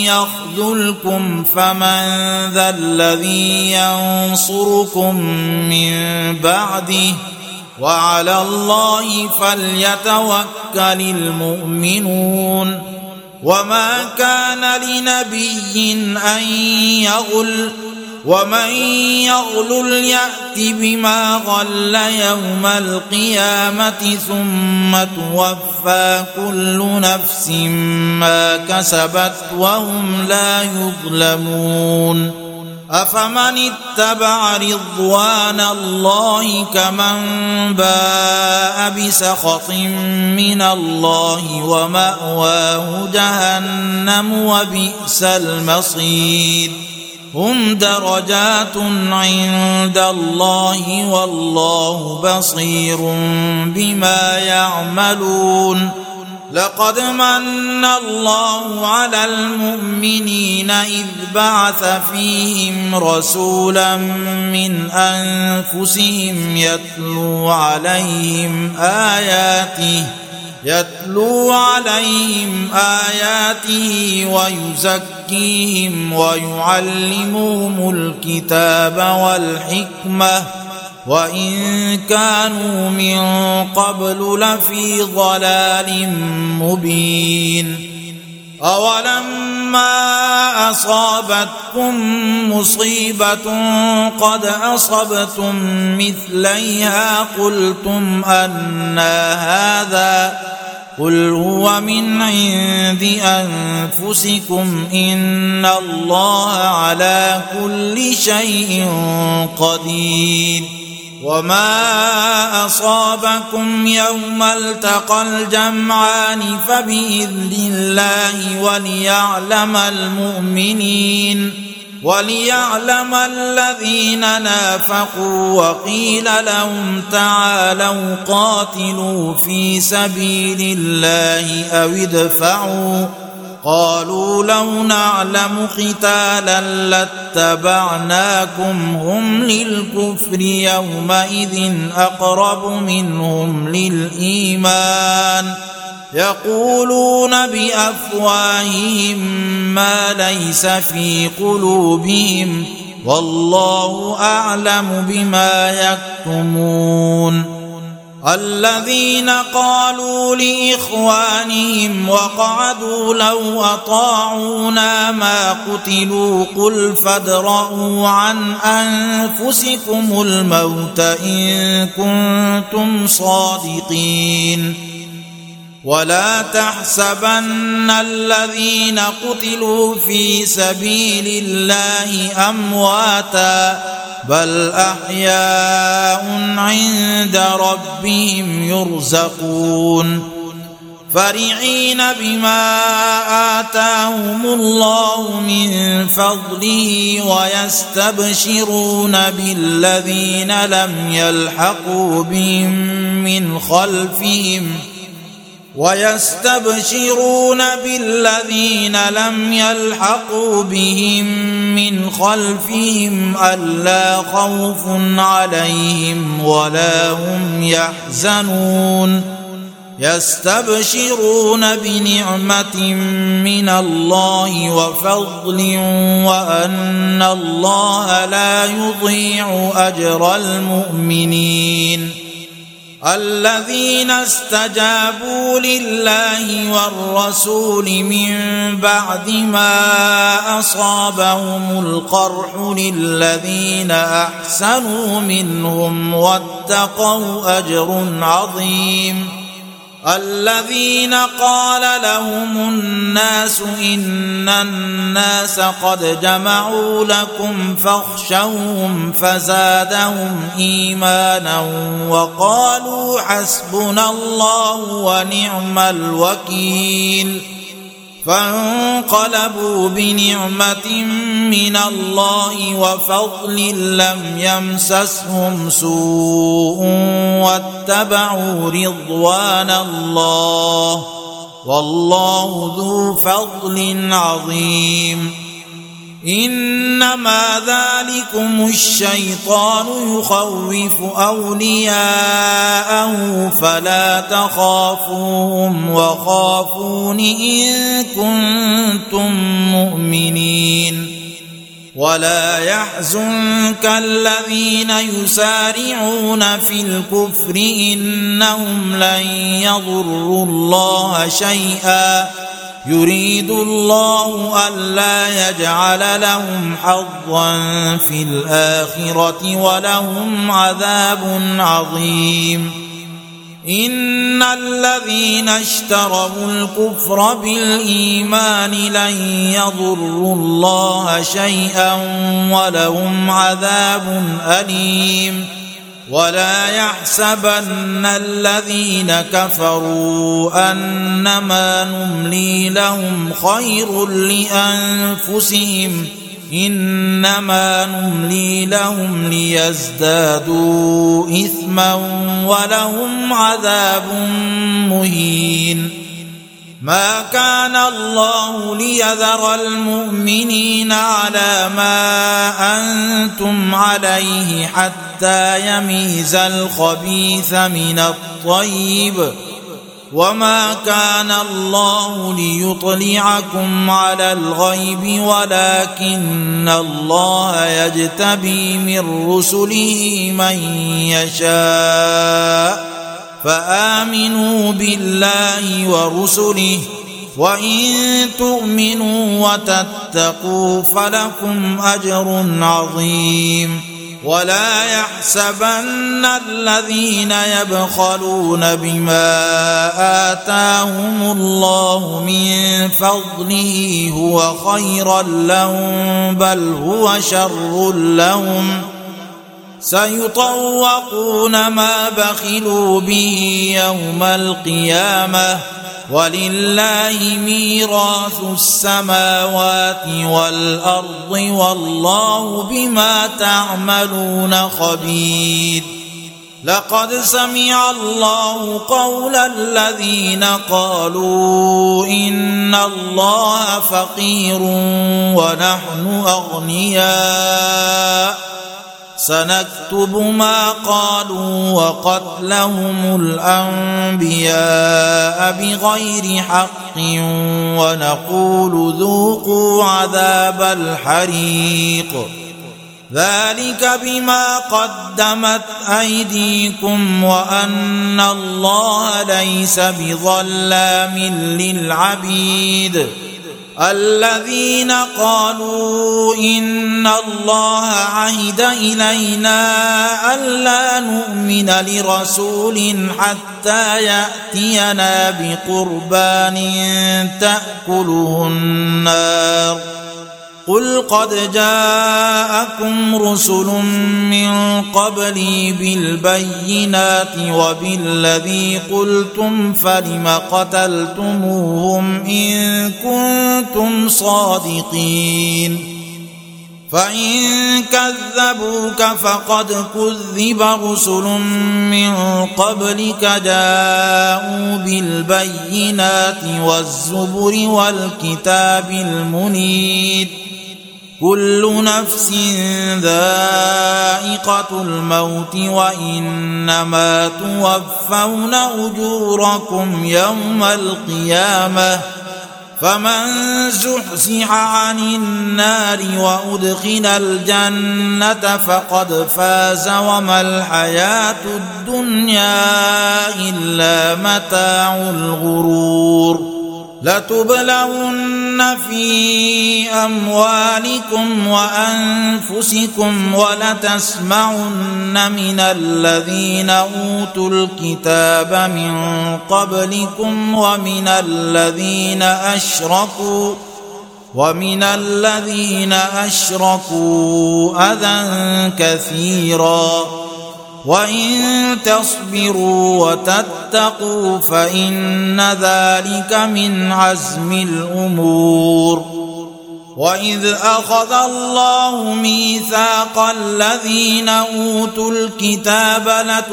يخذلكم فمن ذا الذي ينصركم من بعده وعلى الله فليتوكل المؤمنون وما كان لنبي أن يغل ومن يغلل يأت بما غل يوم القيامة ثم توفى كل نفس ما كسبت وهم لا يظلمون أفمن اتبع رضوان الله كمن باء بسخط من الله ومأواه جهنم وبئس المصير هم درجات عند الله والله بصير بما يعملون لقد من الله على المؤمنين إذ بعث فيهم رسولا من أنفسهم يتلو عليهم آياته ويزكيهم ويعلمهم الكتاب والحكمة وإن كانوا من قبل لفي ضلال مبين أولما أصابتكم مصيبة قد أصبتم مثليها قلتم أنى هذا قل هو من عند أنفسكم إن الله على كل شيء قدير وما أصابكم يوم التقى الجمعان فبإذن الله وليعلم الذين نافقوا وقيل لهم تعالوا قاتلوا في سبيل الله أو ادفعوا قالوا لو نعلم قتالا لاتبعناكم هم للكفر يومئذ أقرب منهم للإيمان يقولون بأفواههم ما ليس في قلوبهم والله أعلم بما يكتمون الذين قالوا لإخوانهم وقعدوا لو أطاعونا ما قتلوا قل فادرءوا عن أنفسكم الموت إن كنتم صادقين ولا تحسبن الذين قتلوا في سبيل الله أمواتا بل أحياء عند ربهم يرزقون فرحين بما آتاهم الله من فضله ويستبشرون بالذين لم يلحقوا بهم من خلفهم ألا خوف عليهم ولا هم يحزنون يستبشرون بنعمة من الله وفضل وأن الله لا يضيع أجر المؤمنين الذين استجابوا لله والرسول من بعد ما أصابهم القرح للذين أحسنوا منهم واتقوا أجر عظيم الذين قال لهم الناس إن الناس قد جمعوا لكم فاخشوهم فزادهم إيمانا وقالوا حسبنا الله ونعم الوكيل فانقلبوا بنعمة من الله وفضل لم يمسسهم سوء واتبعوا رضوان الله والله ذو فضل عظيم إنما ذلكم الشيطان يخوف أولياءه فلا تخافوهم وخافون إن كنتم مؤمنين ولا يحزنك الذين يسارعون في الكفر إنهم لن يضروا الله شيئا يريد الله ألا يجعل لهم حظا في الآخرة ولهم عذاب عظيم إن الذين اشتروا الكفر بالإيمان لن يضروا الله شيئا ولهم عذاب أليم ولا يحسبن الذين كفروا أنما نملي لهم خير لأنفسهم إنما نملي لهم ليزدادوا إثما ولهم عذاب مهين ما كان الله ليذر المؤمنين على ما أنتم عليه حتى يميز الخبيث من الطيب وما كان الله ليطلعكم على الغيب ولكن الله يجتبي من رسله من يشاء فآمنوا بالله ورسله وإن تؤمنوا وتتقوا فلكم أجر عظيم ولا يحسبن الذين يبخلون بما آتاهم الله من فضله هو خيرا لهم بل هو شر لهم سيطوقون ما بخلوا به يوم القيامة ولله ميراث السماوات والأرض والله بما تعملون خبير لقد سمع الله قول الذين قالوا إن الله فقير ونحن أغنياء سنكتب ما قالوا وقتلهم الأنبياء بغير حق ونقول ذوقوا عذاب الحريق ذلك بما قدمت أيديكم وأن الله ليس بظلام للعبيد الذين قالوا إن الله عهد إلينا ألا نؤمن لرسول حتى يأتينا بقربان تأكله النار قل قد جاءكم رسل من قبلي بالبينات وبالذي قلتم فلم قتلتموهم إن كنتم صادقين فإن كذبوك فقد كذب رسل من قبلك جاءوا بالبينات والزبر والكتاب المنير كل نفس ذائقة الموت وإنما توفون أجوركم يوم القيامة فمن زحزح عن النار وأدخل الجنة فقد فاز وما الحياة الدنيا إلا متاع الغرور لتبلون في أموالكم وأنفسكم ولتسمعن من الذين أوتوا الكتاب من قبلكم ومن الذين أشركوا أذى كثيرا وإن تصبروا وتتقوا فإن ذلك من عزم الأمور وإذ أخذ الله ميثاق الذين أوتوا الكتاب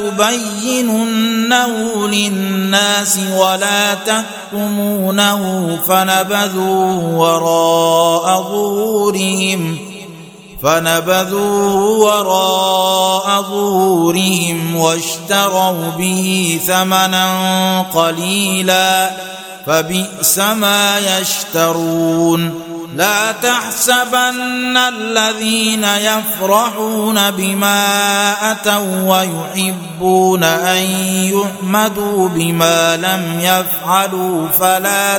لتبيننه للناس ولا تكتمونه فنبذوه وراء ظهورهم واشتروا به ثمنا قليلا فبئس ما يشترون لا تحسبن الذين يفرحون بما أتوا ويحبون أن يحمدوا بما لم يفعلوا فلا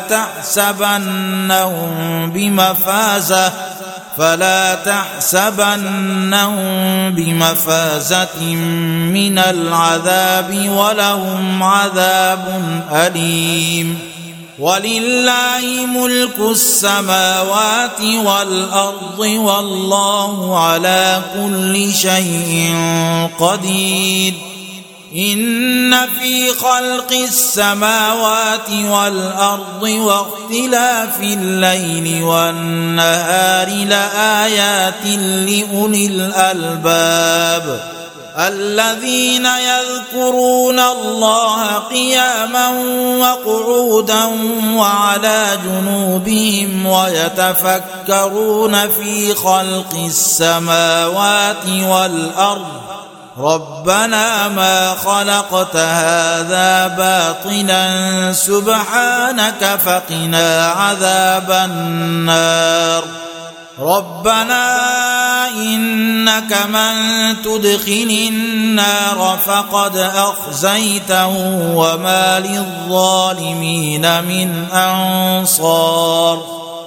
تحسبنهم بمفازة من العذاب ولهم عذاب أليم ولله ملك السماوات والأرض والله على كل شيء قدير إن في خلق السماوات والأرض واختلاف الليل والنهار لآيات لأولي الألباب الذين يذكرون الله قياما وقعودا وعلى جنوبهم ويتفكرون في خلق السماوات والأرض ربنا ما خلقت هذا باطلا سبحانك فقنا عذاب النار ربنا إنك من تدخل النار فقد أخزيته وما للظالمين من أنصار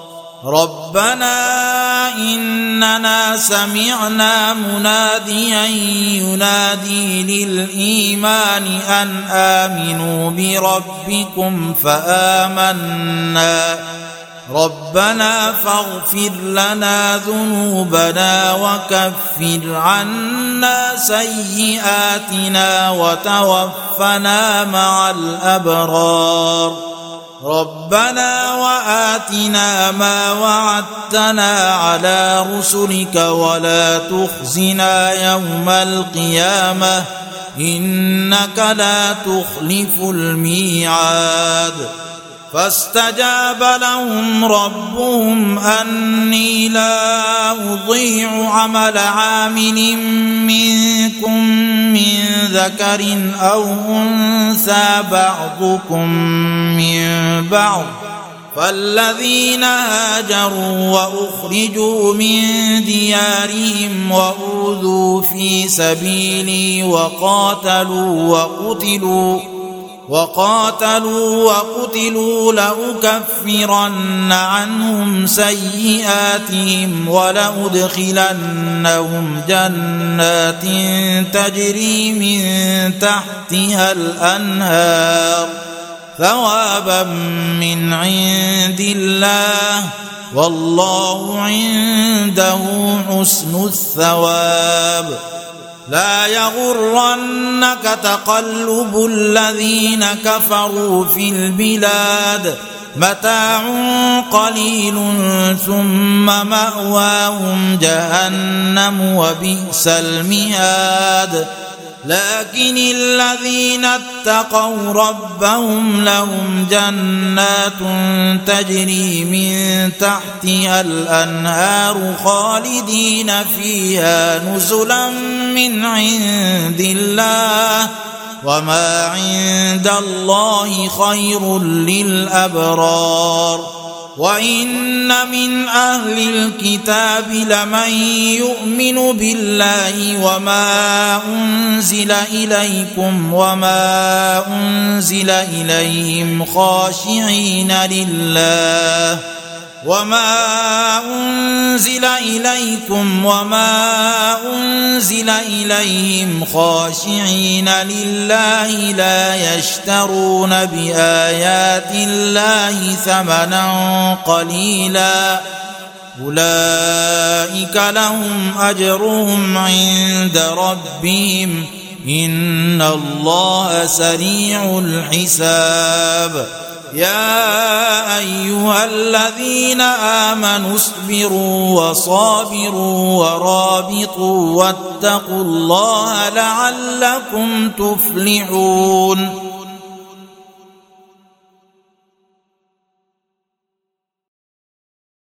ربنا إننا سمعنا مناديا ينادي للإيمان أن آمنوا بربكم فآمنا ربنا فاغفر لنا ذنوبنا وكفر عنا سيئاتنا وتوفنا مع الأبرار ربنا وآتنا ما وعدتنا على رسلك ولا تخزنا يوم القيامة إنك لا تخلف الميعاد فاستجاب لهم ربهم أني لا أضيع عمل عامل منكم من ذكر أو أنثى بعضكم من بعض فالذين هاجروا وأخرجوا من ديارهم وأوذوا في سبيلي وقاتلوا وقتلوا لأكفرن عنهم سيئاتهم ولأدخلنهم جنات تجري من تحتها الأنهار ثوابا من عند الله والله عنده حسن الثواب لا يغرنك تقلب الذين كفروا في البلاد متاع قليل ثم مأواهم جهنم وبئس المهاد لكن الذين اتقوا ربهم لهم جنات تجري من تحتها الأنهار خالدين فيها نزلا من عند الله وما عند الله خير للأبرار وإن من أهل الكتاب لمن يؤمن بالله وما أنزل إليكم وما أنزل إليهم خاشعين لله لا يشترون بآيات الله ثمنا قليلا أولئك لهم أجرهم عند ربهم إن الله سريع الحساب يا أيها الذين آمنوا اصبروا وصابروا ورابطوا واتقوا الله لعلكم تفلحون